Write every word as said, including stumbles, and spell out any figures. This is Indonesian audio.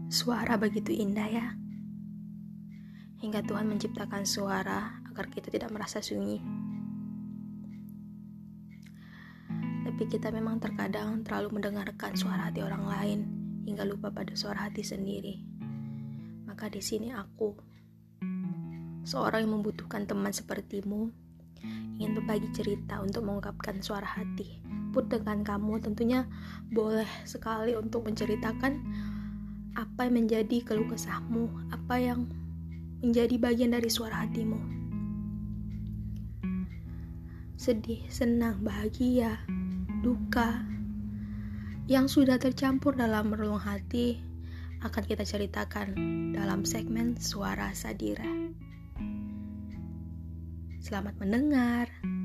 Suara begitu indah ya. Hingga Tuhan menciptakan suara agar kita tidak merasa sunyi. Tapi kita memang terkadang terlalu mendengarkan suara hati orang lain hingga lupa pada suara hati sendiri. Maka di sini aku, seorang yang membutuhkan teman sepertimu, ingin berbagi cerita untuk mengungkapkan suara hati. Put dengan kamu tentunya boleh sekali untuk menceritakan apa yang menjadi keluh kesahmu, apa yang menjadi bagian dari suara hatimu. Sedih, senang, bahagia, duka yang sudah tercampur dalam relung hati akan kita ceritakan dalam segmen Suara Sadira. Selamat mendengar.